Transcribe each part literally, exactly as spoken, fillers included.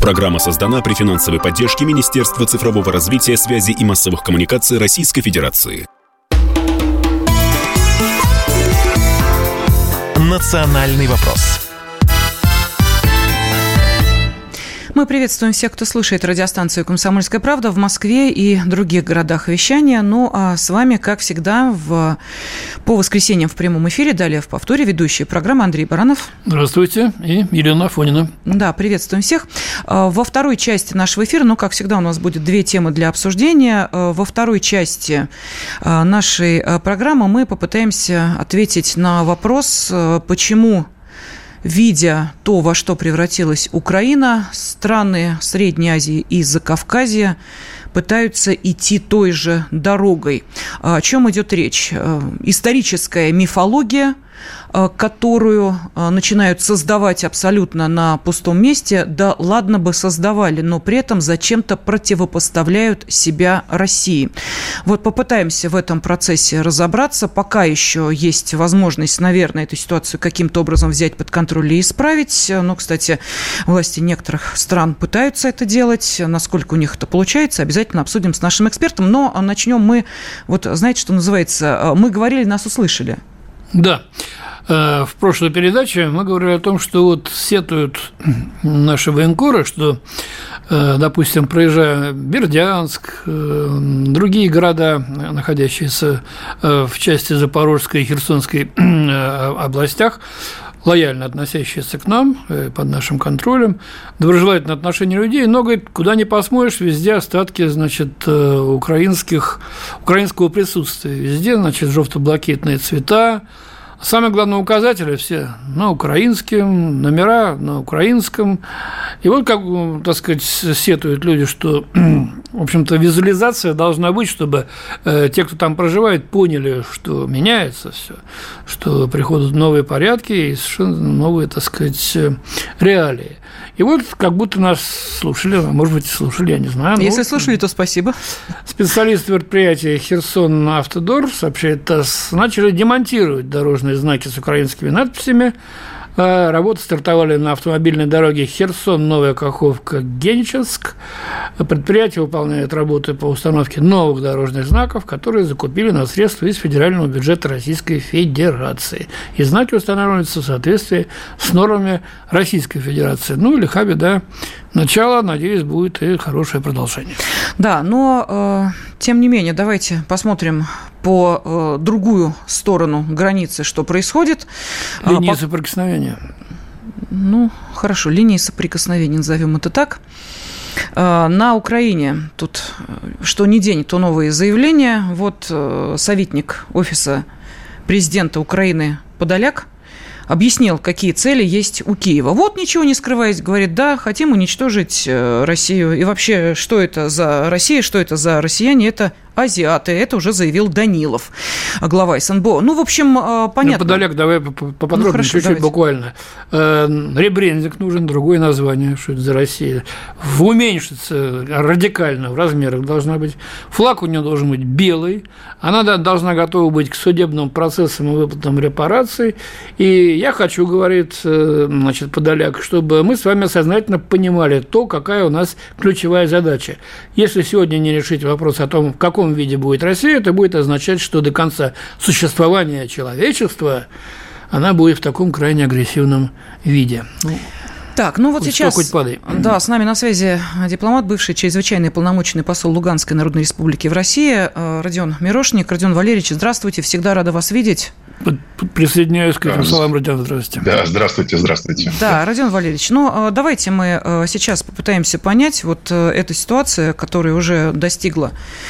Программа создана при финансовой поддержке Министерства цифрового развития, связи и массовых коммуникаций Российской Федерации. «Национальный вопрос». Мы приветствуем всех, кто слушает радиостанцию «Комсомольская правда» в Москве и других городах вещания. Ну, а с вами, как всегда, в... по воскресеньям в прямом эфире, далее в повторе, ведущая программы Андрей Баранов. Здравствуйте. И Елена Афонина. Да, приветствуем всех. Во второй части нашего эфира, ну, как всегда, у нас будет две темы для обсуждения. Во второй части нашей программы мы попытаемся ответить на вопрос, почему, видя то, во что превратилась Украина, страны Средней Азии и Закавказья пытаются идти той же дорогой. О чем идет речь? Историческая мифология, которую начинают создавать абсолютно на пустом месте, да ладно бы создавали, но при этом зачем-то противопоставляют себя России. Вот попытаемся в этом процессе разобраться. Пока еще есть возможность, наверное, эту ситуацию каким-то образом взять под контроль и исправить. Но, кстати, власти некоторых стран пытаются это делать. Насколько у них это получается, обязательно обсудим с нашим экспертом. Но начнем мы, вот знаете, что называется, мы говорили, нас услышали. Да. В прошлой передаче мы говорили о том, что вот сетуют наши военкоры, что, допустим, проезжая Бердянск, другие города, находящиеся в части Запорожской и Херсонской областях, лояльно относящиеся к нам, под нашим контролем, доброжелательное отношение людей, но, говорит, куда ни посмотришь, везде остатки, значит, украинских, украинского присутствия, везде, значит, желто-блакитные цвета. Самые главные указатели все на украинском, номера на украинском. И вот, как, так сказать, сетуют люди, что, в общем-то, визуализация должна быть, чтобы э, те, кто там проживает, поняли, что меняется все, что приходят новые порядки и совершенно новые, так сказать, реалии. И вот как будто нас слушали, а может быть, и слушали, я не знаю. Если но... слушали, то спасибо. Специалисты предприятия «Херсон Автодор», сообщает ТАСС, начали демонтировать дорожные знаки с украинскими надписями. Работы стартовали на автомобильной дороге Херсон-Новая Каховка-Генчинск. Предприятие выполняет работы по установке новых дорожных знаков, которые закупили на средства из федерального бюджета Российской Федерации. И знаки устанавливаются в соответствии с нормами Российской Федерации. Ну, лиха беда. Начало, надеюсь, будет и хорошее продолжение. Да, но, э, тем не менее, давайте посмотрим по э, другую сторону границы, что происходит. Линии а, соприкосновения. Ну, хорошо, линии соприкосновения, назовем это так. Э, на Украине тут что ни день, то новые заявления. Вот э, советник офиса президента Украины Подоляк объяснил, какие цели есть у Киева. Вот, ничего не скрываясь, говорит, да, хотим уничтожить Россию. И вообще, что это за Россия, что это за россияне? Это азиаты. Это уже заявил Данилов, глава СНБО. Ну, в общем, понятно. Ну, Подоляк, давай поподробнее, ну, хорошо, чуть-чуть давайте. Буквально. Ребрендинг нужен, другое название, что это за Россия. Уменьшиться радикально в размерах должна быть. Флаг у нее должен быть белый. Она должна готова быть к судебным процессам и выплатам репараций. И я хочу, говорит, значит, Подоляк, чтобы мы с вами сознательно понимали то, какая у нас ключевая задача. Если сегодня не решить вопрос о том, в каком виде будет Россия, это будет означать, что до конца существования человечества она будет в таком крайне агрессивном виде. Так, ну вот хоть сейчас, хоть падай. Да, с нами на связи дипломат, бывший чрезвычайный полномочный посол Луганской Народной Республики в России Родион Мирошник. Родион Валерьевич, здравствуйте, всегда рада вас видеть. Присоединяюсь к этим словам, Родион, здравствуйте. Да, здравствуйте, здравствуйте. Да, Родион Валерьевич, ну давайте мы сейчас попытаемся понять вот эту ситуацию, которая уже достигла,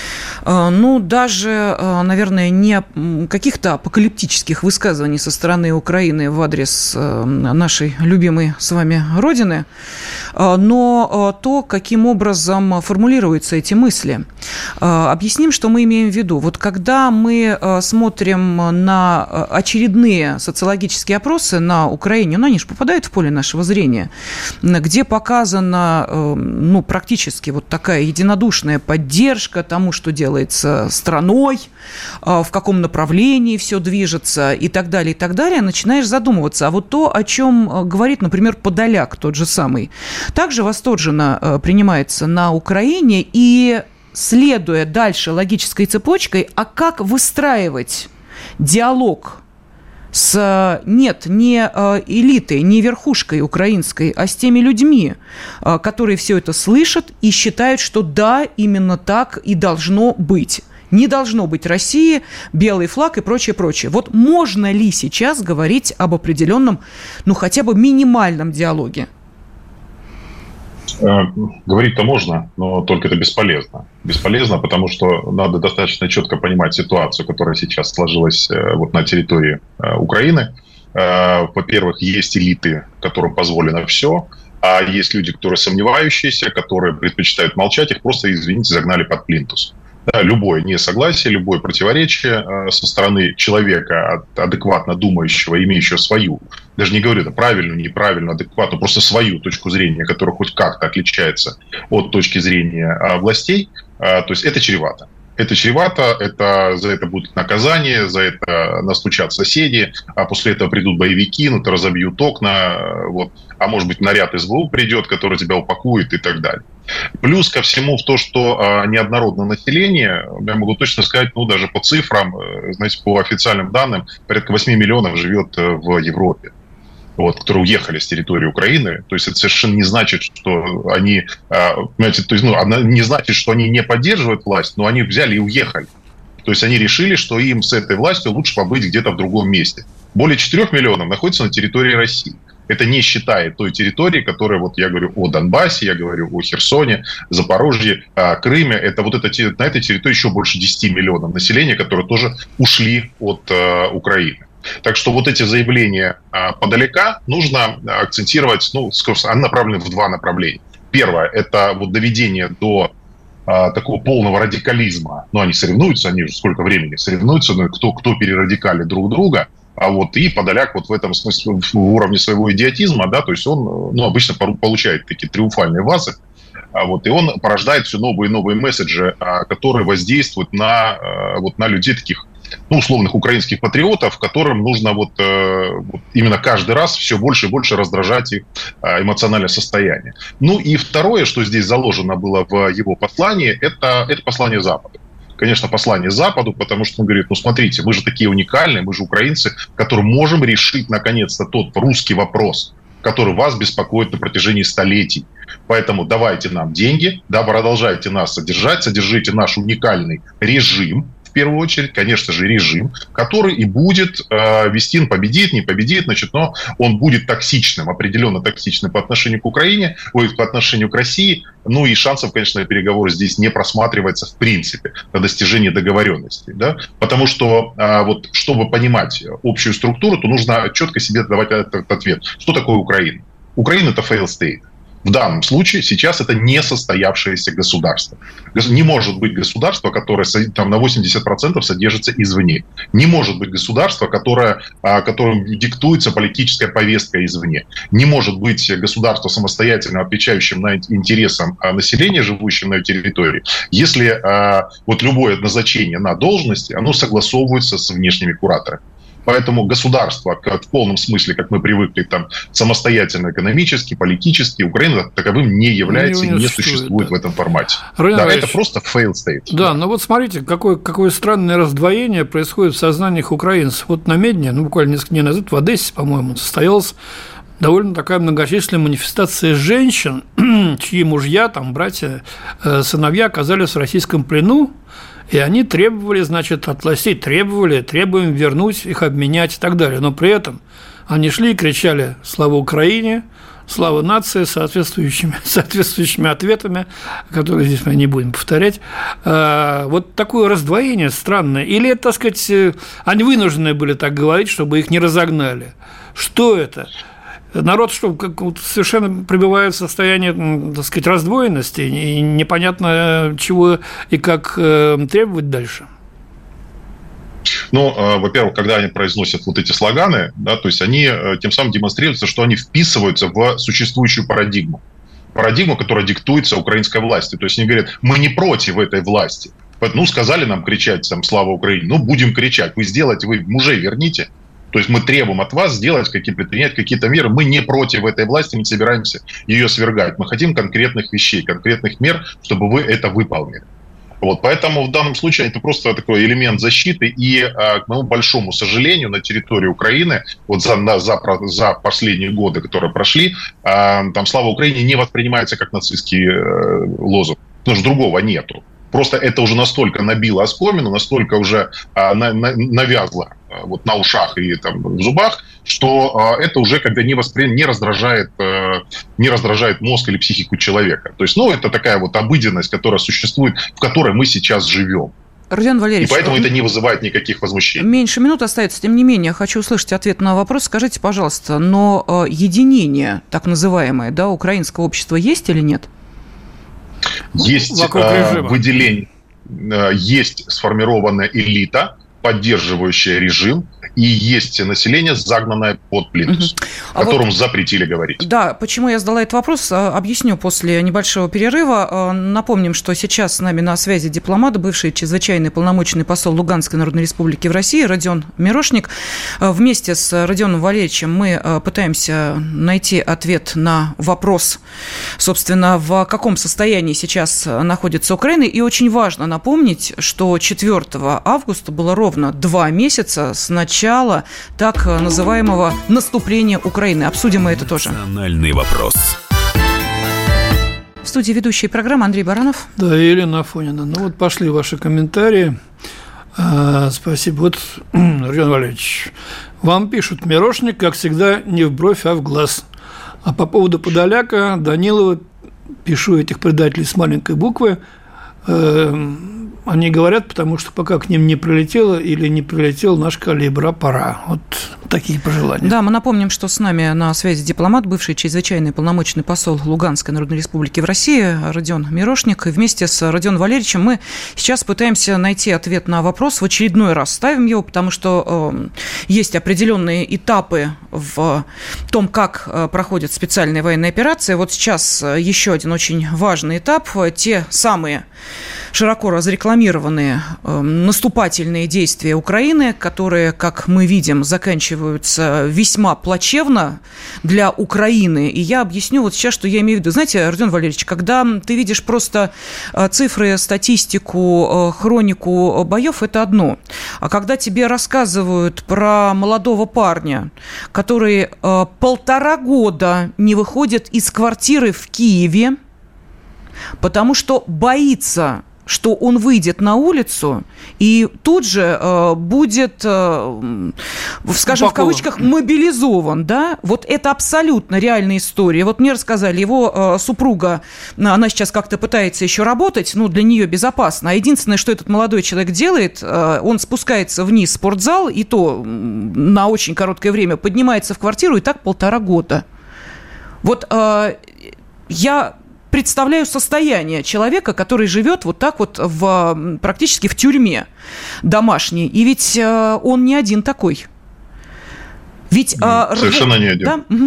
ну, даже, наверное, не каких-то апокалиптических высказываний со стороны Украины в адрес нашей любимой с вами Родины, но то, каким образом формулируются эти мысли. Объясним, что мы имеем в виду. Вот когда мы смотрим на очередные социологические опросы на Украине, ну, они же попадают в поле нашего зрения, где показана, ну, практически вот такая единодушная поддержка тому, что делается страной, в каком направлении все движется и так далее, и так далее, начинаешь задумываться. А вот то, о чем говорит, например, Подоляк, тот же самый, также восторженно принимается на Украине, и следуя дальше логической цепочкой, а как выстраивать диалог с, нет, не элитой, не верхушкой украинской, а с теми людьми, которые все это слышат и считают, что да, именно так и должно быть. Не должно быть России, белый флаг и прочее, прочее. Вот можно ли сейчас говорить об определенном, ну, хотя бы минимальном диалоге? Говорить-то можно, но только это бесполезно. Бесполезно, потому что надо достаточно четко понимать ситуацию, которая сейчас сложилась вот на территории Украины. Во-первых, есть элиты, которым позволено все, а есть люди, которые сомневающиеся, которые предпочитают молчать, их просто, извините, загнали под плинтус. Да, любое несогласие, любое противоречие э, со стороны человека, адекватно думающего, имеющего свою, даже не говорю это правильную, неправильную, адекватную, просто свою точку зрения, которая хоть как-то отличается от точки зрения э, властей, э, то есть это чревато. Это чревато, это, за это будет наказание, за это настучат соседи, а после этого придут боевики, ну, то разобьют окна, вот, а может быть наряд эс вэ у придет, который тебя упакует и так далее. Плюс ко всему в то, что а, неоднородное население, я могу точно сказать, ну, даже по цифрам, знаете, по официальным данным, порядка восемь миллионов живет в Европе, вот, которые уехали с территории Украины. То есть это совершенно не значит, что они, понимаете, то есть, ну, не значит, что они не поддерживают власть, но они взяли и уехали. То есть они решили, что им с этой властью лучше побыть где-то в другом месте. Более четырёх миллионов находится на территории России. Это не считая той территории, которая, вот я говорю о Донбассе, я говорю о Херсоне, Запорожье, Крыме. Это вот это, на этой территории еще больше десяти миллионов населения, которые тоже ушли от э, Украины. Так что вот эти заявления э, Подоляка нужно акцентировать, ну, они направлены в два направления. Первое – это вот доведение до э, такого полного радикализма. Ну, они соревнуются, они уже сколько времени соревнуются, ну, кто, кто перерадикалит друг друга. А вот и Подоляк вот в этом смысле, в уровне своего идиотизма, да, то есть он, ну, обычно получает такие триумфальные вазы, а вот, и он порождает все новые и новые месседжи, которые воздействуют на, вот, на людей таких, ну, условных украинских патриотов, которым нужно вот, вот именно каждый раз все больше и больше раздражать их эмоциональное состояние. Ну и второе, что здесь заложено было в его послании, это, это послание Западу. Конечно, послание Западу, потому что он говорит, ну, смотрите, мы же такие уникальные, мы же украинцы, которые можем решить, наконец-то, тот русский вопрос, который вас беспокоит на протяжении столетий. Поэтому давайте нам деньги, да, продолжайте нас содержать, содержите наш уникальный режим, в первую очередь, конечно же, режим, который и будет э, вести, он победит, не победит, значит, но он будет токсичным, определенно токсичным по отношению к Украине, ой, по отношению к России, ну и шансов, конечно, на переговоры здесь не просматривается в принципе на достижение договоренности, да, потому что э, вот, чтобы понимать общую структуру, то нужно четко себе давать этот ответ. Что такое Украина? Украина – это failed state. В данном случае сейчас это несостоявшееся государство. Не может быть государство, которое там, на восемьдесят процентов содержится извне. Не может быть государство, которое, которым диктуется политическая повестка извне. Не может быть государство самостоятельно отвечающим на интересам населения, живущим на территории, если вот любое назначение на должности, оно согласовывается с внешними кураторами. Поэтому государство, как в полном смысле, как мы привыкли, там, самостоятельно экономически, политически, Украина таковым не является не и не существует да. в этом формате. Да, это просто failed state. Да, да, но вот смотрите, какое, какое странное раздвоение происходит в сознаниях украинцев. Вот на Медне, ну, буквально несколько дней назад в Одессе, по-моему, состоялась довольно такая многочисленная манифестация женщин, чьи мужья, там, братья, сыновья оказались в российском плену, и они требовали, значит, от властей, требовали, требуем вернуть, их обменять и так далее. Но при этом они шли и кричали «Слава Украине!», «Слава нации!» с соответствующими, соответствующими ответами, которые здесь мы не будем повторять. Вот такое раздвоение странное. Или это, так сказать, они вынуждены были так говорить, чтобы их не разогнали. Что это? народ что, как вот совершенно пребывает в состоянии, так сказать, раздвоенности, и непонятно чего и как требовать дальше. Ну, э, во-первых, когда они произносят вот эти слоганы, да, то есть они э, тем самым демонстрируются, что они вписываются в существующую парадигму. Парадигму, которая диктуется украинской властью. То есть они говорят, мы не против этой власти. Ну, сказали нам кричать там, «Слава Украине», ну, будем кричать. Вы сделайте, вы мужей верните. То есть мы требуем от вас сделать, какие, предпринять какие-то меры. Мы не против этой власти, не собираемся ее свергать. Мы хотим конкретных вещей, конкретных мер, чтобы вы это выполнили. Вот, поэтому в данном случае это просто такой элемент защиты. И, к моему большому сожалению, на территории Украины, вот за, за, за последние годы, которые прошли, там «Слава Украине» не воспринимается как нацистский лозунг, потому что другого нету. Просто это уже настолько набило оскомину, настолько уже а, на, на, навязло а, вот, на ушах и там, в зубах, что а, это уже когда не, воспри... не, раздражает, а, не раздражает мозг или психику человека. То есть, ну, это такая вот обыденность, которая существует, в которой мы сейчас живем. Родион Валерьевич, и поэтому это не вызывает никаких возмущений. Меньше минут остается, тем не менее, хочу услышать ответ на вопрос. Скажите, пожалуйста, но э, единение, так называемое, да, украинского общества есть или нет? Есть э, выделение, э, есть сформированная элита, поддерживающая режим, и есть население, загнанное под плинтус, угу. а которому вот, запретили говорить. Да, почему я задала этот вопрос, объясню после небольшого перерыва. Напомним, что сейчас с нами на связи дипломат, бывший чрезвычайный полномочный посол Луганской Народной Республики в России Родион Мирошник. Вместе с Родионом Валерьевичем мы пытаемся найти ответ на вопрос, собственно, в каком состоянии сейчас находится Украина. И очень важно напомнить, что четвёртого августа было ровно два месяца с начала начала так называемого наступления Украины. Обсудим мы это тоже. Национальный вопрос. В студии ведущий программы Андрей Баранов. Да, Елена Афонина. Ну вот пошли ваши комментарии. А, спасибо. Вот, Родион Валерьевич, вам пишут: Мирошник, как всегда, не в бровь, а в глаз. А по поводу Подоляка, Данилова, пишу этих предателей с маленькой буквы. Они говорят, потому что пока к ним не прилетело или не прилетел наш калибр, а пора. Вот такие пожелания. Да, мы напомним, что с нами на связи дипломат, бывший чрезвычайный полномочный посол Луганской Народной Республики в России Родион Мирошник. И вместе с Родионом Валерьевичем мы сейчас пытаемся найти ответ на вопрос. В очередной раз ставим его, потому что э, есть определенные этапы в том, как э, проходит специальная военная операция. Вот сейчас еще один очень важный этап. Те самые широко разрекламированные э, наступательные действия Украины, которые, как мы видим, заканчиваются весьма плачевно для Украины. И я объясню вот сейчас, что я имею в виду. Знаете, Родион Валерьевич, когда ты видишь просто цифры, статистику, э, хронику боев, это одно. А когда тебе рассказывают про молодого парня, который э, полтора года не выходит из квартиры в Киеве, потому что боится, что он выйдет на улицу и тут же э, будет, э, скажем, в кавычках, мобилизован, да? Вот это абсолютно реальная история. Вот мне рассказали, его э, супруга, она сейчас как-то пытается еще работать, ну, для нее безопасно. А единственное, что этот молодой человек делает, э, он спускается вниз в спортзал, и то на очень короткое время поднимается в квартиру, и так полтора года. Вот э, я... представляю состояние человека, который живет вот так вот в, практически в тюрьме домашней. И ведь э, он не один такой. Ведь, э, Совершенно рв... не один. Да? Угу.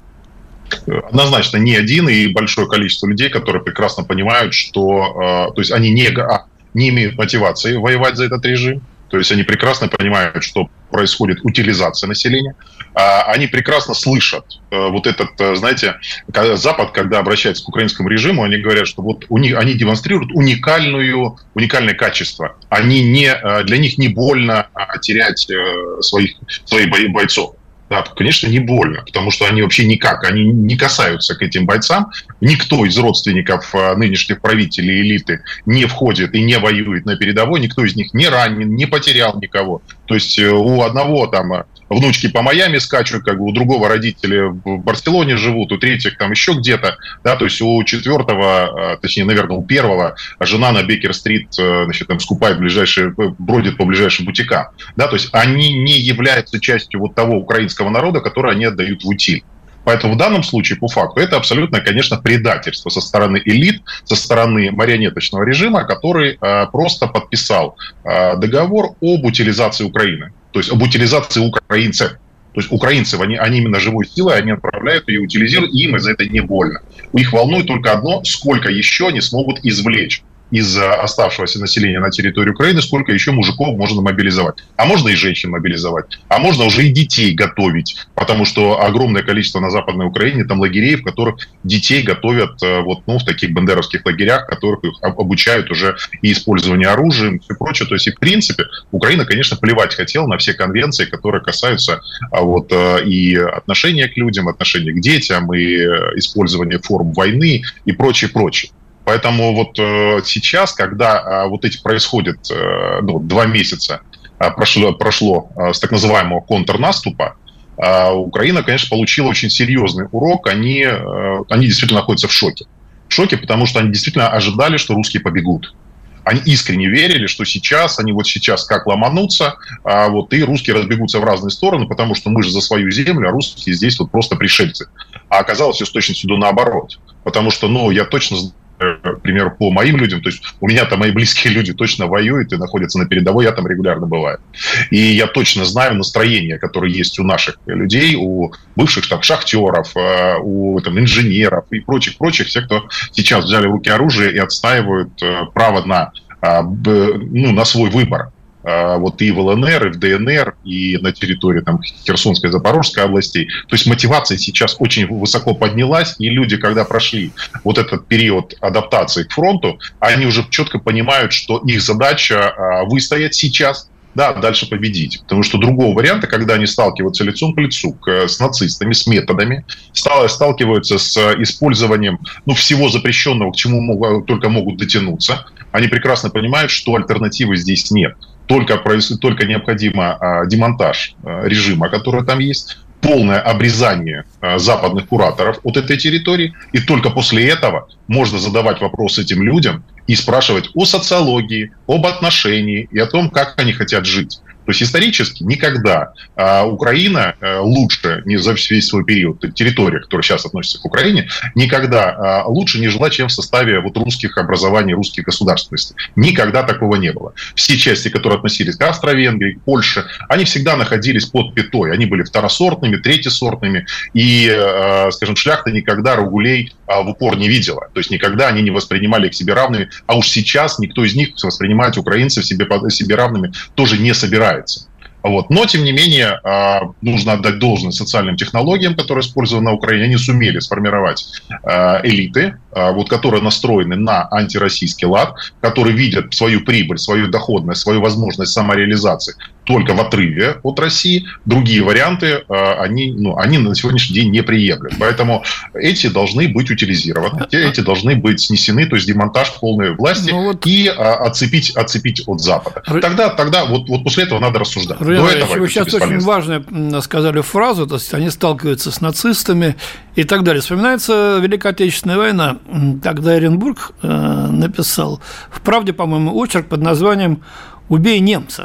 Однозначно не один, и большое количество людей, которые прекрасно понимают, что э, то есть они не, а, не имеют мотивации воевать за этот режим. То есть они прекрасно понимают, что происходит утилизация населения. Они прекрасно слышат вот этот, знаете, Запад, когда обращается к украинскому режиму, они говорят, что вот у них, они демонстрируют уникальную, уникальное качество. Они не, для них не больно терять своих, своих бойцов. Да, конечно, не больно, потому что они вообще никак, они не касаются к этим бойцам. Никто из родственников нынешних правителей элиты не входит и не воюет на передовой, никто из них не ранен, не потерял никого. То есть у одного там внучки по Майами скачут, как бы у другого родители в Барселоне живут, у третьих там еще где-то, да, то есть у четвертого, точнее, наверное, у первого жена на Бейкер-стрит, значит, там скупает ближайшие, бродит по ближайшим бутикам, да, то есть они не являются частью вот того украинского народа, который они отдают в утиль. Поэтому в данном случае, по факту, это абсолютно, конечно, предательство со стороны элит, со стороны марионеточного режима, который э, просто подписал э, договор об утилизации Украины, то есть об утилизации украинцев. То есть украинцев, они, они именно живой силой, они отправляют ее, утилизируют, и им из-за этого не больно. У них волнует только одно, сколько еще они смогут извлечь из оставшегося населения на территории Украины, сколько еще мужиков можно мобилизовать. А можно и женщин мобилизовать. А можно уже и детей готовить. Потому что огромное количество на Западной Украине там лагерей, в которых детей готовят вот, ну, в таких бандеровских лагерях, в которых их обучают уже и использованию оружия и все прочее. То есть, и в принципе, Украина, конечно, плевать хотела на все конвенции, которые касаются вот, и отношения к людям, отношения к детям, и использования форм войны и прочее, прочее. Поэтому вот э, сейчас, когда э, вот эти происходят э, ну, два месяца э, прошло, прошло э, с так называемого контрнаступа, э, Украина, конечно, получила очень серьезный урок. Они, э, они действительно находятся в шоке. В шоке, потому что они действительно ожидали, что русские побегут. Они искренне верили, что сейчас, они вот сейчас как ломанутся, а вот и русские разбегутся в разные стороны, потому что мы же за свою землю, а русские здесь вот просто пришельцы. А оказалось все с точностью наоборот. Потому что, ну, я точно знаю, к примеру, по моим людям, то есть у меня там мои близкие люди точно воюют и находятся на передовой, я там регулярно бываю. И я точно знаю настроение, которое есть у наших людей, у бывших там шахтеров, у там, инженеров и прочих-прочих, все, кто сейчас взяли в руки оружие и отстаивают право на, ну, на свой выбор. Вот и в ЛНР, и в ДНР, и на территории там, Херсонской, Запорожской областей. То есть мотивация сейчас очень высоко поднялась, и люди, когда прошли вот этот период адаптации к фронту, они уже четко понимают, что их задача выстоять сейчас, да, дальше победить. Потому что другого варианта, когда они сталкиваются лицом к лицу к, с нацистами, с методами, сталкиваются с использованием ну, всего запрещенного, к чему могут, только могут дотянуться, они прекрасно понимают, что альтернативы здесь нет. Только, только необходимо а, демонтаж а, режима, который там есть, полное обрезание а, западных кураторов от этой территории, и только после этого можно задавать вопросы этим людям и спрашивать о социологии, об отношении и о том, как они хотят жить. То есть исторически никогда а, Украина а, лучше, не за весь свой период, территория, которая сейчас относится к Украине, никогда а, лучше не жила, чем в составе вот, русских образований, русских государственностей. Никогда такого не было. Все части, которые относились к Австро-Венгрии, к Польше, они всегда находились под пятой. Они были второсортными, третьесортными. И, а, скажем, шляхта никогда рагулей а, в упор не видела. То есть никогда они не воспринимали их себе равными. А уж сейчас никто из них воспринимать украинцев себе, себе равными тоже не собирается. Вот. Но, тем не менее, нужно отдать должное социальным технологиям, которые использованы на Украине. Они сумели сформировать элиты, вот, которые настроены на антироссийский лад, которые видят свою прибыль, свою доходность, свою возможность самореализации только в отрыве от России. Другие варианты, они, ну, они на сегодняшний день не приемлемы. Поэтому эти должны быть утилизированы, эти должны быть снесены, то есть демонтаж полной власти ну, вот... и отцепить, отцепить от Запада. Тогда, тогда вот, вот после этого надо рассуждать. До этого вы сейчас очень важно сказали фразу, то есть они сталкиваются с нацистами и так далее. Вспоминается Великая Отечественная война. Тогда Эренбург написал в «Правде», по-моему, очерк под названием «Убей немца».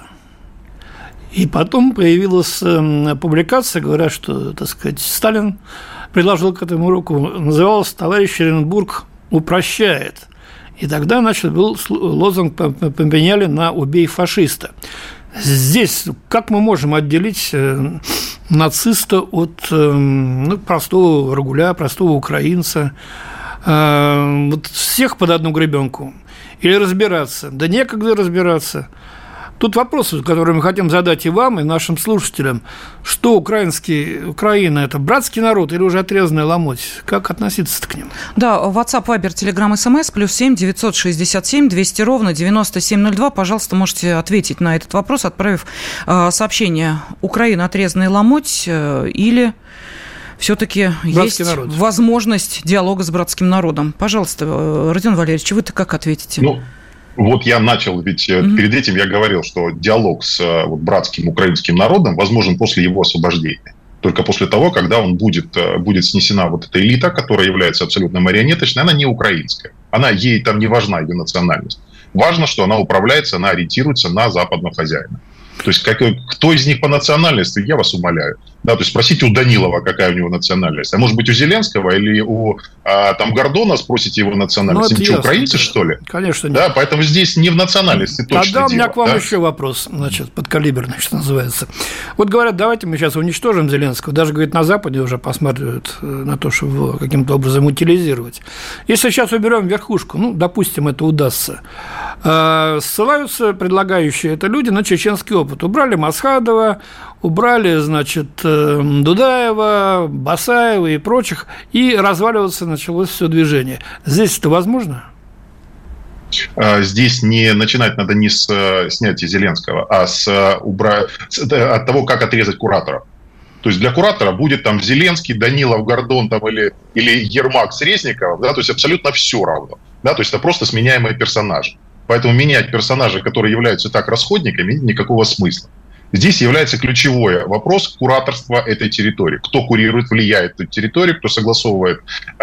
И потом появилась публикация, говорят, что, так сказать, Сталин приложил к этому руку, называлась «Товарищ Эренбург упрощает». И тогда, значит, был лозунг поменяли на «Убей фашиста». Здесь как мы можем отделить нациста от ну, простого рагуля, простого украинца, вот всех под одну гребенку? Или разбираться? Да некогда разбираться. Тут вопросы, которые мы хотим задать и вам, и нашим слушателям. Что украинский, Украина – это братский народ или уже отрезанная ломоть? Как относиться-то к ним? Да, WhatsApp, Viber, Telegram, СМС, плюс семь девятьсот шестьдесят семь двести ровно девяносто семь ноль два. Пожалуйста, можете ответить на этот вопрос, отправив э, сообщение «Украина – отрезанная ломоть» э, или… Все-таки есть народ. Возможность диалога с братским народом. Пожалуйста, Родион Валерьевич, вы-то как ответите? Ну, вот я начал, ведь mm-hmm. перед этим я говорил, что диалог с вот, братским украинским народом возможен после его освобождения. Только после того, когда он будет, будет снесена вот эта элита, которая является абсолютно марионеточной, она не украинская. Она, ей там не важна ее национальность. Важно, что она управляется, она ориентируется на западного хозяина. То есть, как, кто из них по национальности, я вас умоляю. Да, то есть, спросите у Данилова, какая у него национальность. А может быть, у Зеленского или у а, там, Гордона спросите его национальность. Ну, Они что, украинцы, что ли? Конечно, нет. Да, поэтому здесь не в национальности точно Тогда у меня дело, к вам да? еще вопрос, значит, подкалиберный, что называется. Вот говорят, давайте мы сейчас уничтожим Зеленского. Даже, говорит, на Западе уже посматривают на то, чтобы его каким-то образом утилизировать. Если сейчас уберем верхушку, ну, допустим, это удастся, ссылаются предлагающие это люди на чеченский опыт. Убрали Масхадова, убрали, значит, Дудаева, Басаева и прочих, и разваливаться началось все движение. Здесь это возможно? Здесь не начинать надо не с снятия Зеленского, а с, убра... от того, как отрезать кураторов. То есть для куратора будет там Зеленский, Данилов, Гордон там, или, или Ермак с Резниковым, да, то есть абсолютно все равно. Да, то есть это просто сменяемые персонажи. Поэтому менять персонажей, которые являются так расходниками, нет никакого смысла. Здесь является ключевой вопрос кураторства этой территории. Кто курирует, влияет эту территорию, кто согласовывает э,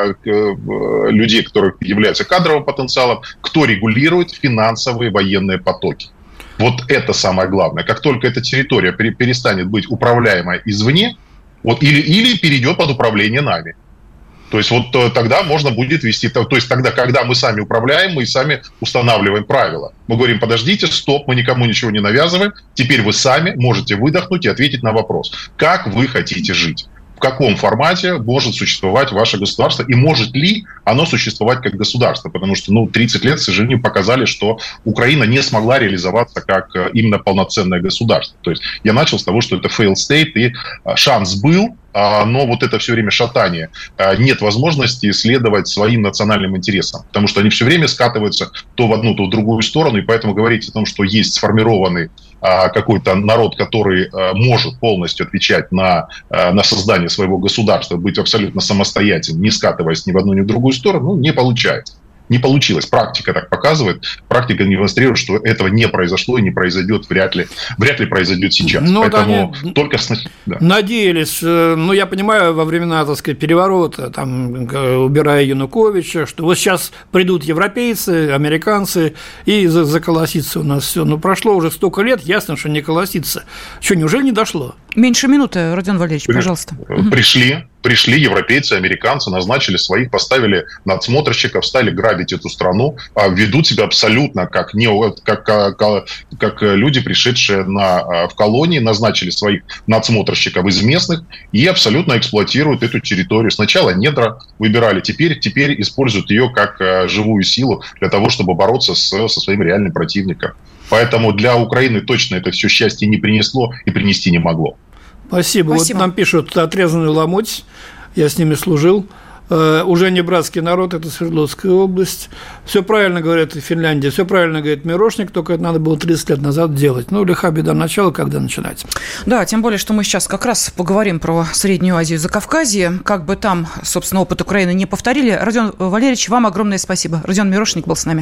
э, людей, которые являются кадровым потенциалом, кто регулирует финансовые военные потоки. Вот это самое главное. Как только эта территория перестанет быть управляемой извне, вот, или, или перейдет под управление нами. То есть вот тогда можно будет вести, то есть тогда, когда мы сами управляем, мы сами устанавливаем правила. Мы говорим, подождите, стоп, мы никому ничего не навязываем, теперь вы сами можете выдохнуть и ответить на вопрос, как вы хотите жить. В каком формате может существовать ваше государство и может ли оно существовать как государство? Потому что ну, тридцать лет, к сожалению, показали, что Украина не смогла реализоваться как именно полноценное государство. То есть я начал с того, что это failed state, и шанс был, но вот это все время шатание, нет возможности следовать своим национальным интересам, потому что они все время скатываются то в одну, то в другую сторону, и поэтому говорить о том, что есть сформированный какой-то народ, который может полностью отвечать на, на создание своего государства, быть абсолютно самостоятельным, не скатываясь ни в одну, ни в другую сторону, ну, не получается. Не получилось. Практика так показывает. Практика демонстрирует, что этого не произошло и не произойдет, вряд ли, вряд ли произойдет сейчас. Ну, Поэтому они только с... да. надеялись, ну, я понимаю, во времена, так сказать, переворота, там, убирая Януковича, что вот сейчас придут европейцы, американцы, и заколосится у нас все. Но прошло уже столько лет, ясно, что не колосится. Что, неужели не дошло? Меньше минуты, Родион Валерьевич, При... пожалуйста. Пришли. Пришли европейцы, американцы, назначили своих, поставили надсмотрщиков, стали грабить эту страну, ведут себя абсолютно как, не, как, как, как люди, пришедшие на, в колонии, назначили своих надсмотрщиков из местных и абсолютно эксплуатируют эту территорию. Сначала недра выбирали, теперь, теперь используют ее как живую силу для того, чтобы бороться с, со своим реальным противником. Поэтому для Украины точно это все счастье не принесло и принести не могло. Спасибо. Спасибо. Вот нам пишут отрезанный ломоть, я с ними служил. Э, уже не братский народ, это Свердловская область. Все правильно говорят Финляндия, все правильно говорит Мирошник, только это надо было тридцать лет назад делать. Ну, лиха беда начала, когда начинать. Да, тем более, что мы сейчас как раз поговорим про Среднюю Азию и Закавказье. Как бы там, собственно, опыт Украины не повторили. Родион Валерьевич, вам огромное спасибо. Родион Мирошник был с нами.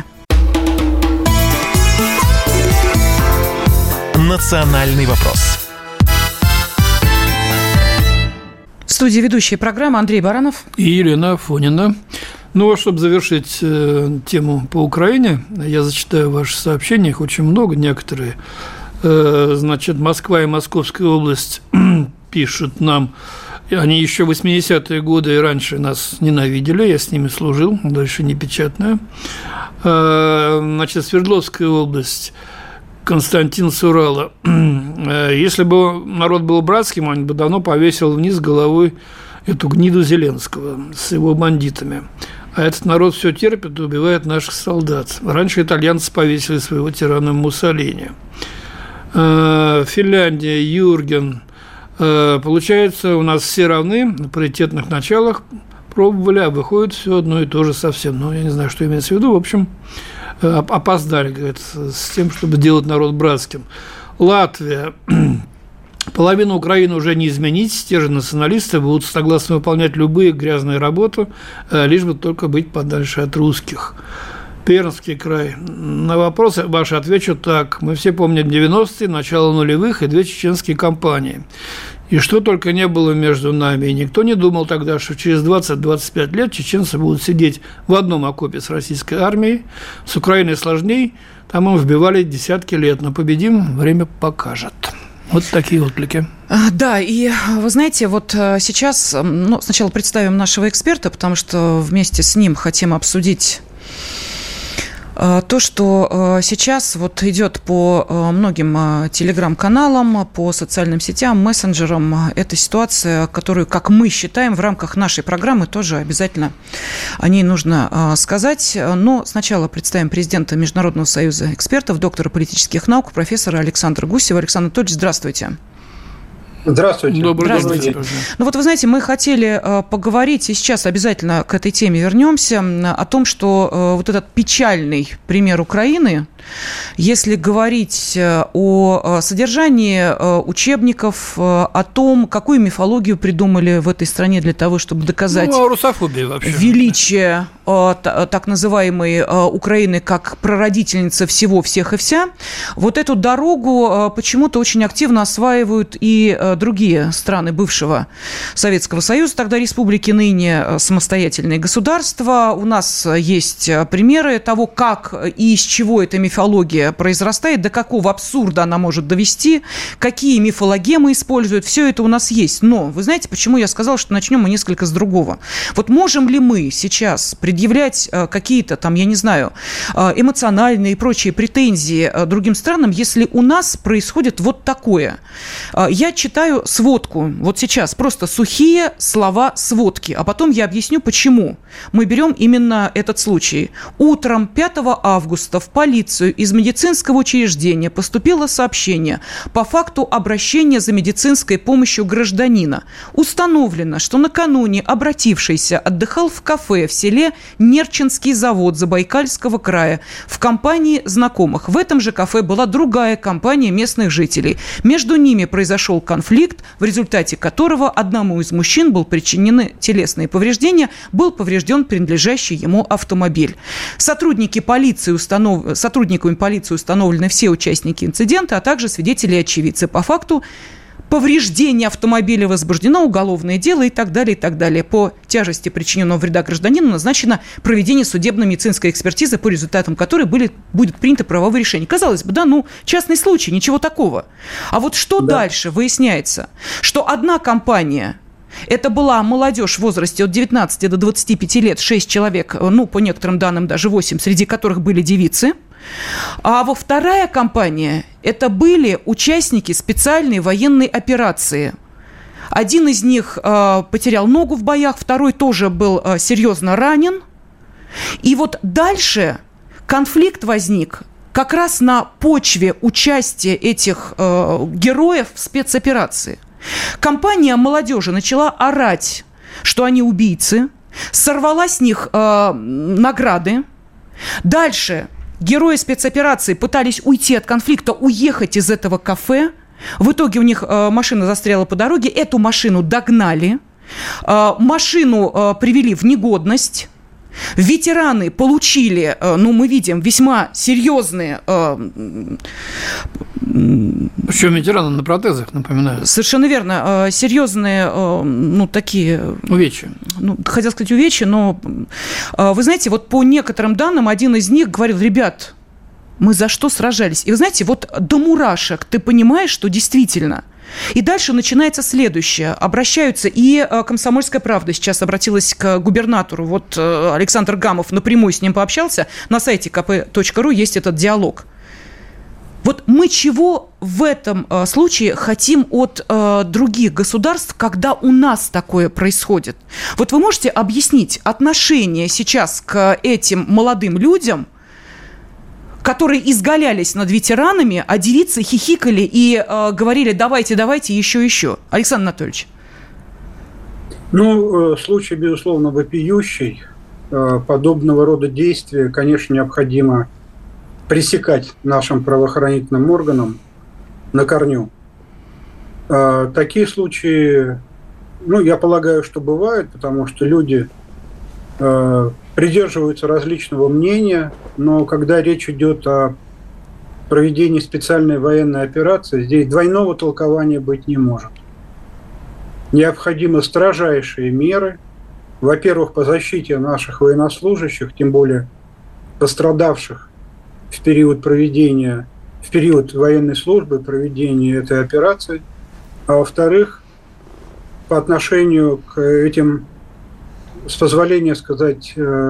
Национальный вопрос. В студии ведущие программы Андрей Баранов и Елена Афонина. Ну, а чтобы завершить э, тему по Украине, я зачитаю ваши сообщения, их очень много, некоторые. Э, значит, Москва и Московская область пишут нам, они еще в восьмидесятые годы и раньше нас ненавидели, я с ними служил, дальше не печатная. Э, значит, Свердловская область, Константин с Урала. Если бы народ был братским, он бы давно повесил вниз головой эту гниду Зеленского с его бандитами. А этот народ все терпит и убивает наших солдат. Раньше итальянцы повесили своего тирана Муссолини. Финляндия, Юрген. Получается, у нас все равны, на паритетных началах пробовали, а выходит все одно и то же совсем. Ну, я не знаю, что имеется в виду. В общем, опоздали, говорит, с тем, чтобы делать народ братским. Латвия. Половину Украины уже не изменить. Те же националисты будут согласны выполнять любые грязные работы, лишь бы только быть подальше от русских. Пермский край. На вопросы ваши отвечу так. Мы все помним девяностые, начало нулевых и две чеченские кампании. И что только не было между нами. И никто не думал тогда, что через двадцать-двадцать пять лет чеченцы будут сидеть в одном окопе с российской армией. С Украиной сложней. Там им вбивали десятки лет. Но победим, время покажет. Вот такие отклики. Да, и вы знаете, вот сейчас, ну, сначала представим нашего эксперта, потому что вместе с ним хотим обсудить то, что сейчас вот идет по многим телеграм-каналам, по социальным сетям, мессенджерам. Это ситуация, которую, как мы считаем, в рамках нашей программы тоже обязательно о ней нужно сказать. Но сначала представим президента Международного союза экспертов, доктора политических наук, профессора Александра Гусева. Александр Анатольевич, здравствуйте. Здравствуйте. Добрый, Здравствуйте. добрый день. Ну вот вы знаете, мы хотели э, поговорить, и сейчас обязательно к этой теме вернемся, о том, что э, вот этот печальный пример Украины, если говорить о содержании учебников, о том, какую мифологию придумали в этой стране для того, чтобы доказать ну, русофобия вообще. величие так называемой Украины как прародительница всего, всех и вся, вот эту дорогу почему-то очень активно осваивают и другие страны бывшего Советского Союза, тогда республики, ныне самостоятельные государства. У нас есть примеры того, как и из чего эта мифология произрастает, до какого абсурда она может довести, какие мифологемы используют, все это у нас есть. Но вы знаете, почему я сказала, что начнем мы несколько с другого? Вот можем ли мы сейчас предъявлять какие-то там, я не знаю, эмоциональные и прочие претензии другим странам, если у нас происходит вот такое? Я читаю сводку, вот сейчас просто сухие слова сводки, а потом я объясню, почему мы берем именно этот случай. Утром пятого августа в полицию из медицинского учреждения поступило сообщение по факту обращения за медицинской помощью гражданина. Установлено, что накануне обратившийся отдыхал в кафе в селе Нерчинский завод Забайкальского края в компании знакомых. В этом же кафе была другая компания местных жителей. Между ними произошел конфликт, в результате которого одному из мужчин был причинены телесные повреждения, был поврежден принадлежащий ему автомобиль. Сотрудники полиции установ... Сотрудниками полиции установлены все участники инцидента, а также свидетели и очевидцы. По факту повреждения автомобиля возбуждено уголовное дело и так далее, и так далее. По тяжести причиненного вреда гражданину назначено проведение судебно-медицинской экспертизы, по результатам которой были, будет принято правовое решение. Казалось бы, да, ну, частный случай, ничего такого. А вот что да. дальше выясняется? Что одна компания... Это была молодежь в возрасте от девятнадцати до двадцати пяти лет, шесть человек, ну, по некоторым данным, даже восемь, среди которых были девицы. А во вторая компания – это были участники специальной военной операции. Один из них э, потерял ногу в боях, второй тоже был э, серьезно ранен. И вот дальше конфликт возник как раз на почве участия этих э, героев в спецоперации. Компания молодежи начала орать, что они убийцы, сорвала с них э, награды. Дальше герои спецоперации пытались уйти от конфликта, уехать из этого кафе. В итоге у них э, машина застряла по дороге, эту машину догнали, э, машину э, привели в негодность. Ветераны получили, ну, мы видим, весьма серьезные... Причем ветераны на протезах, напоминаю. Совершенно верно. Серьезные, ну, такие... Увечья. Ну, хотел сказать увечья, но... Вы знаете, вот по некоторым данным, один из них говорил: ребят, мы за что сражались? И вы знаете, вот до мурашек ты понимаешь, что действительно... И дальше начинается следующее. Обращаются, и «Комсомольская правда» сейчас обратилась к губернатору. Вот Александр Гамов напрямую с ним пообщался. На сайте ка пэ точка ру есть этот диалог. Вот мы чего в этом случае хотим от э, других государств, когда у нас такое происходит? Вот вы можете объяснить отношение сейчас к этим молодым людям, которые изгалялись над ветеранами, а девицы хихикали и э, говорили: давайте, давайте, еще, еще. Александр Анатольевич. Ну, э, случай, безусловно, вопиющий. Э, подобного рода действия, конечно, необходимо пресекать нашим правоохранительным органам на корню. Э, такие случаи, ну, я полагаю, что бывают, потому что люди... Э, придерживаются различного мнения, но когда речь идет о проведении специальной военной операции, здесь двойного толкования быть не может. необходимы строжайшие меры, во-первых, по защите наших военнослужащих, тем более пострадавших в период проведения, в период военной службы, проведения этой операции, а во-вторых, по отношению к этим, с позволения сказать,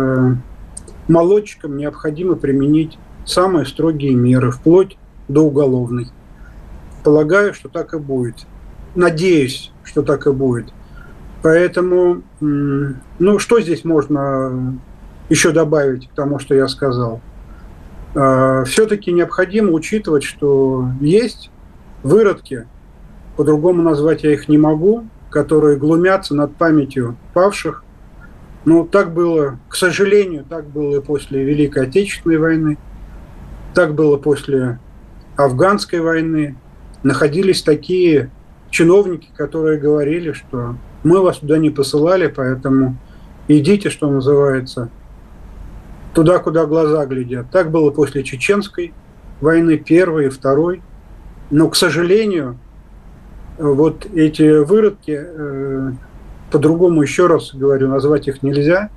молодчикам необходимо применить самые строгие меры, вплоть до уголовной. Полагаю, что так и будет. Надеюсь, что так и будет. Поэтому, ну, что здесь можно еще добавить к тому, что я сказал? Все-таки необходимо учитывать, что есть выродки, по-другому назвать я их не могу, которые глумятся над памятью павших. Но так было, к сожалению, так было и после Великой Отечественной войны, так было после Афганской войны. Находились такие чиновники, которые говорили, что мы вас туда не посылали, поэтому идите, что называется, туда, куда глаза глядят. Так было после Чеченской войны, первой и второй. Но, к сожалению, вот эти выродки, э, по-другому, еще раз говорю, назвать их нельзя,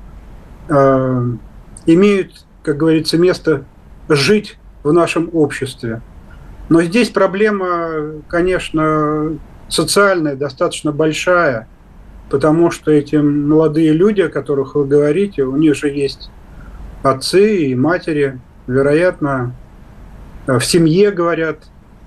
э, имеют, как говорится, место жить в нашем обществе. Но здесь проблема, конечно, социальная, достаточно большая, потому что эти молодые люди, о которых вы говорите, у них же есть отцы и матери, вероятно, в семье говорят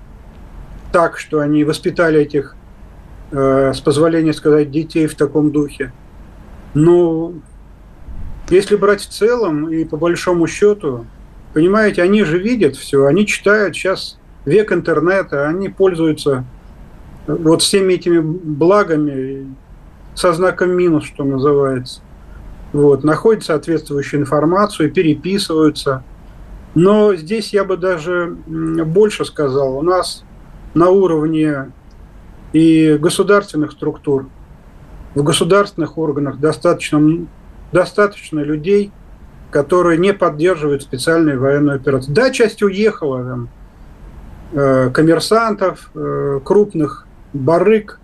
так, что они воспитали этих, э, с позволения сказать, детей в таком духе. Но если брать в целом и по большому счету, понимаете, они же видят все, они читают сейчас век интернета, они пользуются вот всеми этими благами со знаком минус, что называется. Вот, находят соответствующую информацию, переписываются. Но здесь я бы даже больше сказал. У нас на уровне и государственных структур, в государственных органах достаточно, достаточно людей, которые не поддерживают специальные военные операции. Да, часть уехала, там, э, коммерсантов, э, крупных барыг,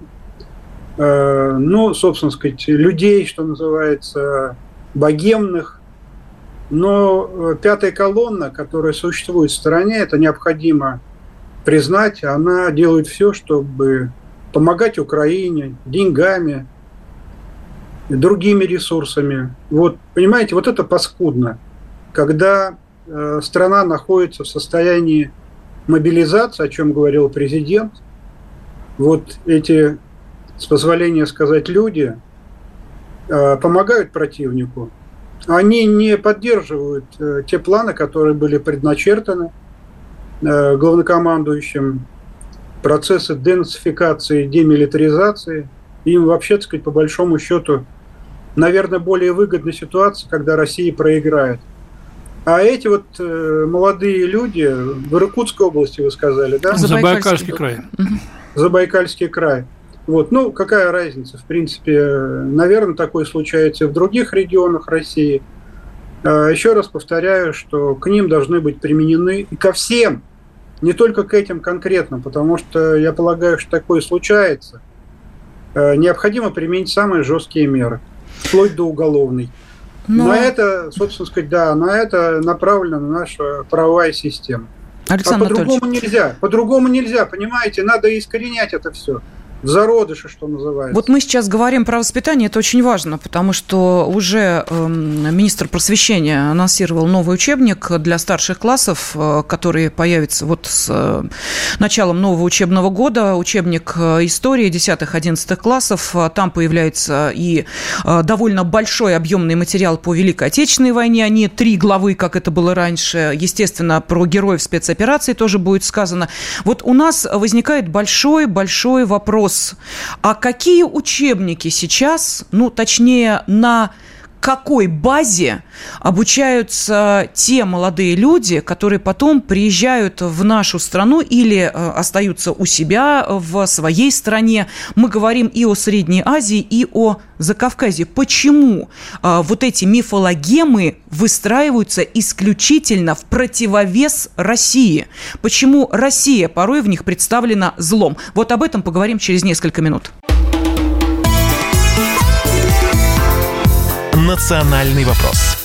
э, ну, собственно сказать, людей, что называется, богемных. Но пятая колонна, которая существует в стране, это необходимо признать, она делает все, чтобы помогать Украине деньгами, другими ресурсами. Вот, понимаете, вот это паскудно, когда э, страна находится в состоянии мобилизации, о чем говорил президент. Вот эти, с позволения сказать, люди э, помогают противнику. Они не поддерживают э, те планы, которые были предначертаны э, главнокомандующим, процессы денацификации, демилитаризации. Им вообще, так сказать, по большому счету, наверное, более выгодная ситуация, когда Россия проиграет. А эти вот э, молодые люди в Иркутской области, вы сказали, да? Забайкальский край. Забайкальский край. Вот, ну, какая разница? В принципе, наверное, такое случается и в других регионах России. Еще раз повторяю, что к ним должны быть применены и ко всем, не только к этим конкретно, потому что я полагаю, что такое случается. Необходимо применить самые жесткие меры, вплоть до уголовной. Но... На это, собственно сказать, да, на это направлена наша правовая система. Александр а по-другому нельзя. По-другому нельзя, понимаете? Надо искоренять это все. В зародыше, что называется. Вот мы сейчас говорим про воспитание, это очень важно, потому что уже э, министр просвещения анонсировал новый учебник для старших классов, э, который появится вот с э, началом нового учебного года. Учебник истории десятых-одиннадцатых классов. Там появляется и э, довольно большой объемный материал по Великой Отечественной войне, а не три главы, как это было раньше. Естественно, про героев спецоперации тоже будет сказано. Вот у нас возникает большой-большой вопрос. А какие учебники сейчас, ну, точнее, на какой базе обучаются те молодые люди, которые потом приезжают в нашу страну или э, остаются у себя в своей стране? Мы говорим и о Средней Азии, и о Закавказье. Почему э, вот эти мифологемы выстраиваются исключительно в противовес России? Почему Россия порой в них представлена злом? Вот об этом поговорим через несколько минут. «Национальный вопрос».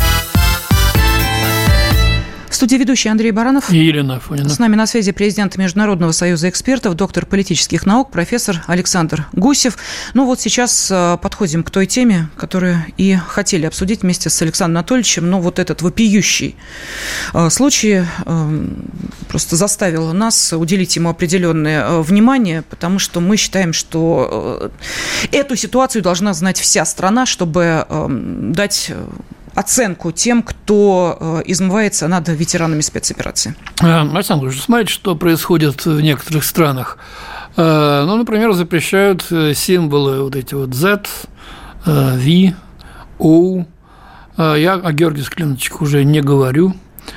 В студии ведущий Андрей Баранов. И Елена Афонина. С нами на связи президент Международного союза экспертов, доктор политических наук, профессор Александр Гусев. Ну вот сейчас подходим к той теме, которую и хотели обсудить вместе с Александром Анатольевичем. Но вот этот вопиющий случай просто заставил нас уделить ему определенное внимание, потому что мы считаем, что эту ситуацию должна знать вся страна, чтобы дать оценку тем, кто э, измывается над ветеранами спецоперации. Александр, вы же смотрите, что происходит в некоторых странах. Э, ну, например, запрещают символы вот эти вот Z, э, V, O. Э, я о Георгиевских клиночках уже не говорю.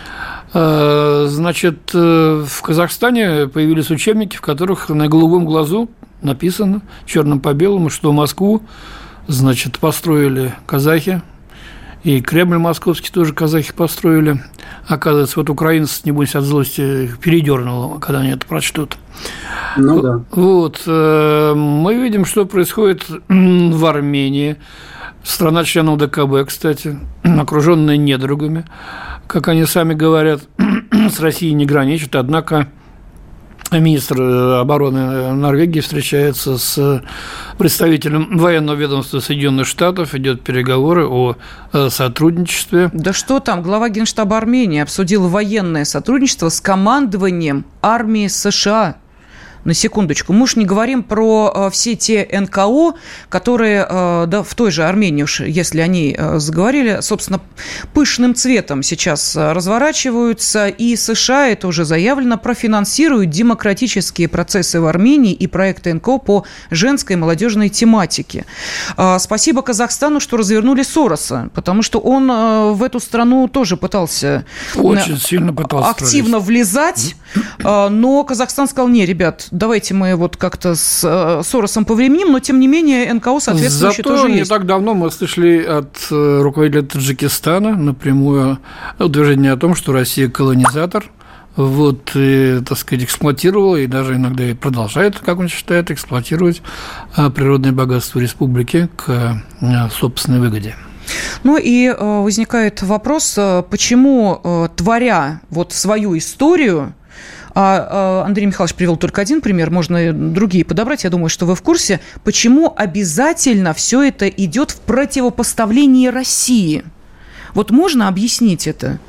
Э, значит, э, в Казахстане появились учебники, в которых на голубом глазу написано черным по белому, что Москву, значит, построили казахи. И Кремль московский тоже казахи построили. Оказывается, вот украинцы, небось, от злости передернуло, когда они это прочтут. Ну да. Вот. Мы видим, что происходит в Армении. Страна-член ОДКБ, кстати, окруженная недругами, как они сами говорят, с Россией не граничит, однако министр обороны Норвегии встречается с представителем военного ведомства Соединенных Штатов, идет переговоры о сотрудничестве. Да что там, глава Генштаба Армении обсудил военное сотрудничество с командованием армии США. На секундочку. Мы уж не говорим про э, все те эн ка о, которые э, да, в той же Армении, уж если они э, заговорили, собственно, пышным цветом сейчас э, разворачиваются. И США, это уже заявлено, профинансируют демократические процессы в Армении и проекты эн ка о по женской и молодежной тематике. Э, спасибо Казахстану, что развернули Сороса, потому что он э, в эту страну тоже пытался, Очень э, сильно пытался активно влезать, э, но Казахстан сказал: не, ребят, давайте мы вот как-то с э, Соросом повременим, но, тем не менее, эн ка о соответствующий тоже есть. Зато не так давно мы слышали от э, руководителя Таджикистана напрямую утверждение о том, что Россия колонизатор, вот, и, так сказать, эксплуатировала, и даже иногда и продолжает, как он считает, эксплуатировать э, природные богатства республики к э, собственной выгоде. Ну и э, возникает вопрос, э, почему, э, творя вот свою историю, А Андрей Михайлович привел только один пример, можно и другие подобрать, я думаю, что вы в курсе, почему обязательно все это идет в противопоставлении России? Вот можно объяснить это?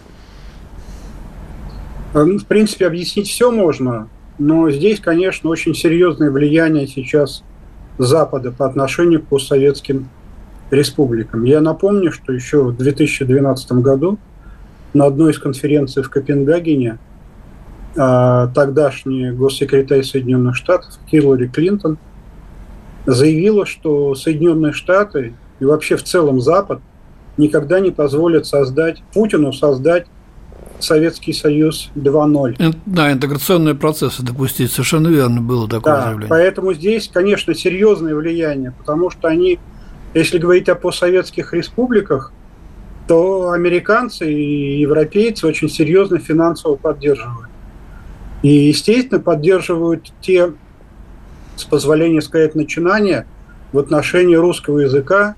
В принципе, объяснить все можно, но здесь, конечно, очень серьезное влияние сейчас Запада по отношению к постсоветским республикам. Я напомню, что еще в две тысячи двенадцатом году на одной из конференций в Копенгагене тогдашний госсекретарь Соединенных Штатов Хиллари Клинтон заявила, что Соединенные Штаты и вообще в целом Запад никогда не позволят создать Путину создать Советский Союз два ноль. Да, интеграционные процессы допустить, совершенно верно было такое да, заявление. Поэтому здесь, конечно, серьезное влияние, потому что они, если говорить о постсоветских республиках, то американцы и европейцы очень серьезно финансово поддерживают. И, естественно, поддерживают те, с позволения сказать, начинания в отношении русского языка,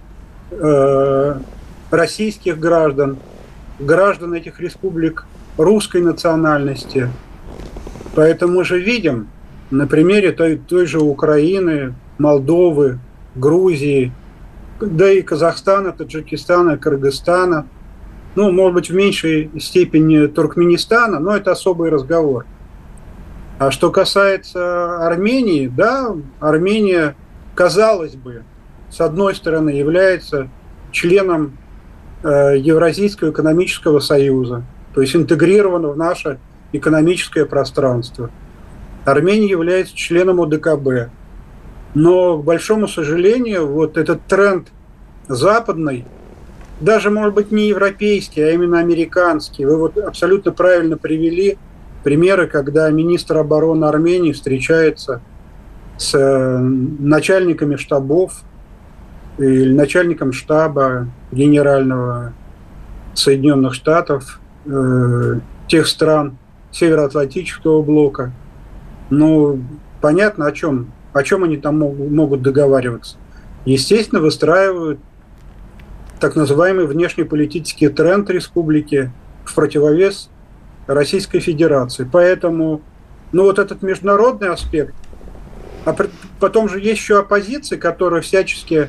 э, российских граждан, граждан этих республик русской национальности. Поэтому мы же видим на примере той, той же Украины, Молдовы, Грузии, да и Казахстана, Таджикистана, Кыргызстана, ну, может быть, в меньшей степени Туркменистана, но это особый разговор. А что касается Армении, да, Армения, казалось бы, с одной стороны, является членом э, Евразийского экономического союза, то есть интегрирована в наше экономическое пространство. Армения является членом ОДКБ. Но, к большому сожалению, вот этот тренд западный, даже, может быть, не европейский, а именно американский. Вы вот абсолютно правильно привели примеры, когда министр обороны Армении встречается с начальниками штабов или начальником штаба генерального Соединенных Штатов, э, тех стран Североатлантического блока. Ну, понятно, о чем, о чем они там могут, могут договариваться. Естественно, выстраивают так называемый внешнеполитический тренд республики в противовес Российской Федерации. Поэтому, ну вот этот международный аспект, а потом же есть еще оппозиция, которая всячески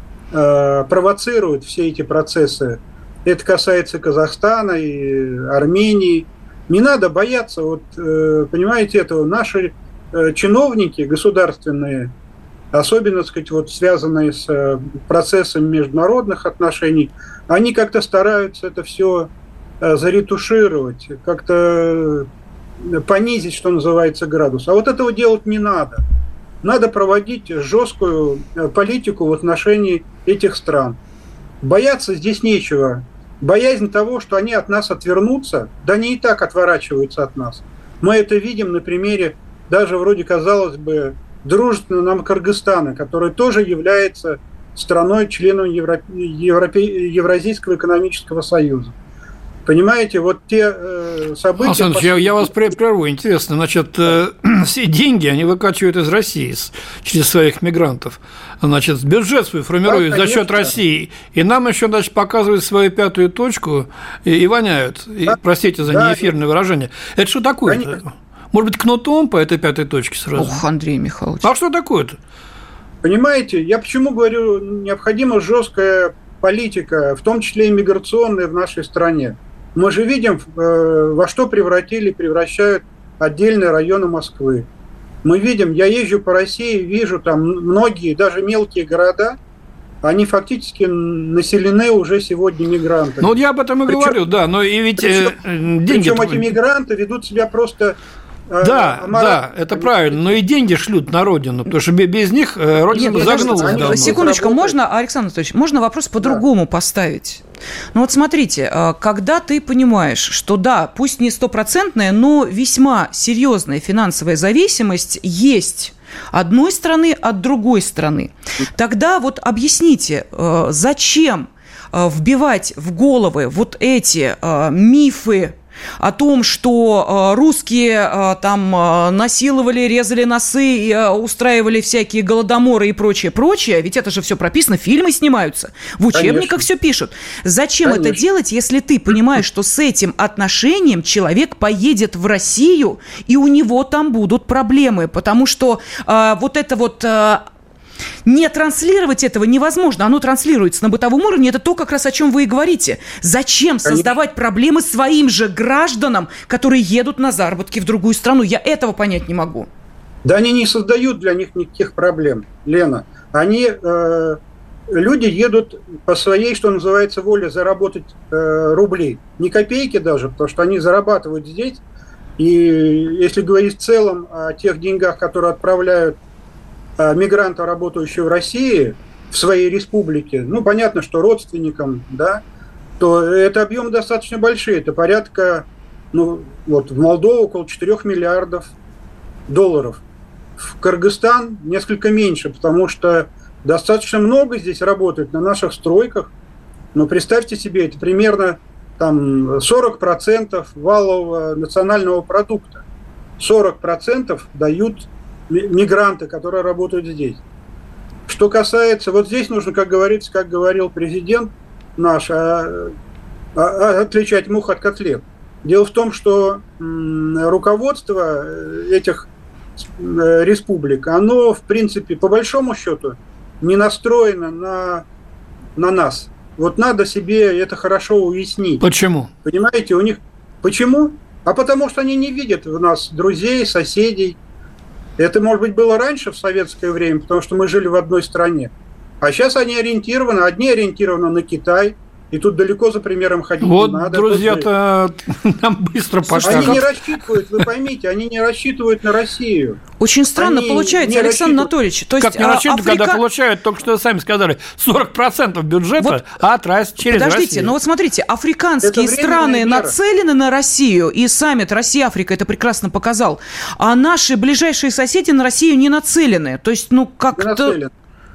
э, провоцирует все эти процессы. Это касается Казахстана и Армении. Не надо бояться, вот, э, понимаете, этого. Наши э, чиновники государственные, особенно, так сказать, вот, связанные с э, процессом международных отношений, они как-то стараются это все э, заретушировать, как-то понизить, что называется, градус. А вот этого делать не надо. Надо проводить жесткую политику в отношении этих стран. Бояться здесь нечего. Боязнь того, что они от нас отвернутся, да они и так отворачиваются от нас. Мы это видим на примере даже вроде, казалось бы, дружественного нам Кыргызстана, который тоже является страной-членом Евро... Европе... Евразийского экономического союза. Понимаете, вот те э, события... Александр Ильич, я, я вас прерву. Интересно, значит, э, все деньги они выкачивают из России с, через своих мигрантов. Значит, бюджет свой формируют да, за счет России. И нам еще, значит, показывают свою пятую точку и, и воняют. Да. И, простите за да, неэфирное выражение. Это что такое-то? Конечно. Может быть, кнутом по этой пятой точке сразу? Ох, Андрей Михайлович. А что такое-то? Понимаете, я почему говорю, необходима жесткая политика, в том числе и миграционная в нашей стране. Мы же видим, во что превратили, превращают отдельные районы Москвы. Мы видим, я езжу по России, вижу там многие, даже мелкие города, они фактически населены уже сегодня мигрантами. Ну, вот я об этом и причем, говорю, да, но и ведь причем, деньги... Причем эти мигранты ведут себя просто... Да, а, да, это правильно, но и деньги шлют на родину, потому что без них родина бы загнулась. Секундочку, можно, Александр Анатольевич, можно вопрос по-другому да. поставить? Ну вот смотрите, когда ты понимаешь, что да, пусть не стопроцентная, но весьма серьезная финансовая зависимость есть одной страны от другой страны, тогда вот объясните, зачем вбивать в головы вот эти мифы о том, что э, русские э, там э, насиловали, резали носы, э, устраивали всякие голодоморы и прочее, прочее, ведь это же все прописано, фильмы снимаются, в учебниках все пишут. Зачем Конечно. это делать, если ты понимаешь, что с этим отношением человек поедет в Россию, и у него там будут проблемы, потому что э, вот это вот... Э, Не транслировать этого невозможно. Оно транслируется на бытовом уровне. Это то, как раз о чем вы и говорите. Зачем создавать проблемы своим же гражданам, которые едут на заработки в другую страну? Я этого понять не могу. Да они не создают для них никаких проблем, Лена. Они, э, люди едут по своей, что называется, воле заработать э, рубли. Ни копейки даже, потому что они зарабатывают здесь. И если говорить в целом о тех деньгах, которые отправляют мигранта, работающего в России, в своей республике, ну, понятно, что родственникам, да, то это объемы достаточно большие. Это порядка, ну, вот в Молдову около четырех миллиардов долларов. В Кыргызстан несколько меньше, потому что достаточно много здесь работает на наших стройках. Но представьте себе, это примерно там сорок процентов валового национального продукта. сорок процентов дают мигранты, которые работают здесь. Что касается, вот здесь нужно, как говорится, как говорил президент наш, а, а, отличать мух от котлет. Дело в том, что м, руководство этих э, республик, оно, в принципе, по большому счету, не настроено на, на нас. Вот надо себе это хорошо уяснить. Почему? Понимаете, у них... Почему? А потому что они не видят в нас друзей, соседей. Это, может быть, было раньше, в советское время, потому что мы жили в одной стране. А сейчас они ориентированы, одни ориентированы на Китай, и тут далеко за примером ходить вот, не надо. Вот друзья-то нам быстро пошли. Они не рассчитывают, вы поймите, они не рассчитывают на Россию. Очень странно они получается, Александр Анатольевич. То есть, как не рассчитывают, Африка... когда получают, только что сами сказали, сорок процентов бюджета, вот, а тратят через подождите, Россию. ну вот смотрите, африканские страны мера. нацелены на Россию, и саммит Россия-Африка это прекрасно показал, а наши ближайшие соседи на Россию не нацелены. То есть, ну как-то... Не нацелены.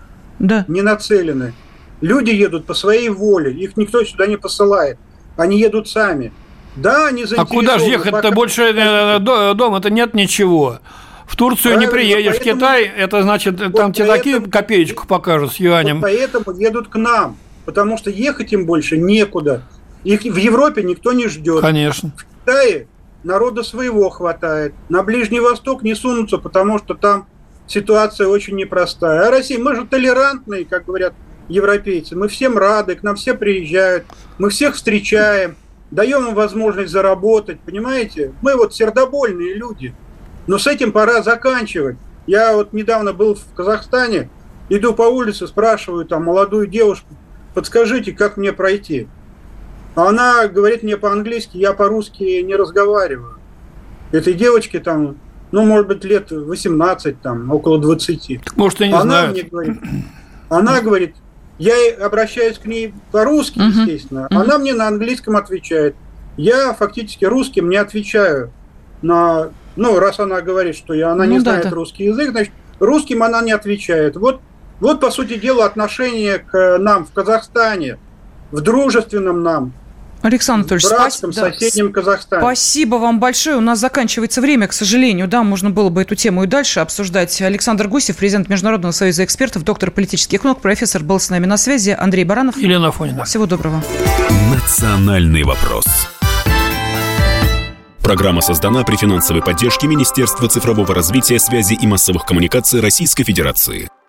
Да. Не нацелены. Люди едут по своей воле, их никто сюда не посылает. Они едут сами. Да, они заинтересованы. А куда же ехать-то? Пока... Больше дома-то нет ничего. В Турцию Правильно, не приедешь, поэтому... в Китай, это значит, вот там тебе такие копеечку покажут с юанем. Вот поэтому едут к нам. потому что ехать им больше некуда. Их в Европе никто не ждет. Конечно. В Китае народа своего хватает. На Ближний Восток не сунутся, потому что там ситуация очень непростая. А Россия, мы же толерантные, как говорят европейцы. Мы всем рады, к нам все приезжают, мы всех встречаем, даем им возможность заработать, понимаете? Мы вот сердобольные люди. Но с этим пора заканчивать. Я вот недавно был в Казахстане, иду по улице, спрашиваю там молодую девушку, подскажите, как мне пройти? А она говорит мне по-английски, я по-русски не разговариваю. Этой девочке там, ну, может быть, лет восемнадцать, там, около двадцати. Может, и не она знают. Мне говорит, она говорит, я обращаюсь к ней по-русски, uh-huh. естественно. Uh-huh. Она мне на английском отвечает. Я фактически русским не отвечаю на... Ну, раз она говорит, что я, она ну, не да, знает да. русский язык, значит, русским она не отвечает. Вот, вот, по сути дела, отношение к нам в Казахстане, в дружественном нам, Александр Анатольевич, в братском спас... соседнем да. Казахстане. Спасибо вам большое. У нас заканчивается время, к сожалению. Да, можно было бы эту тему и дальше обсуждать. Александр Гусев, президент Международного союза экспертов, доктор политических наук, профессор, был с нами на связи. Андрей Баранов. Елена Афонина. Всего доброго. Национальный вопрос. Программа создана при финансовой поддержке Министерства цифрового развития, связи и массовых коммуникаций Российской Федерации.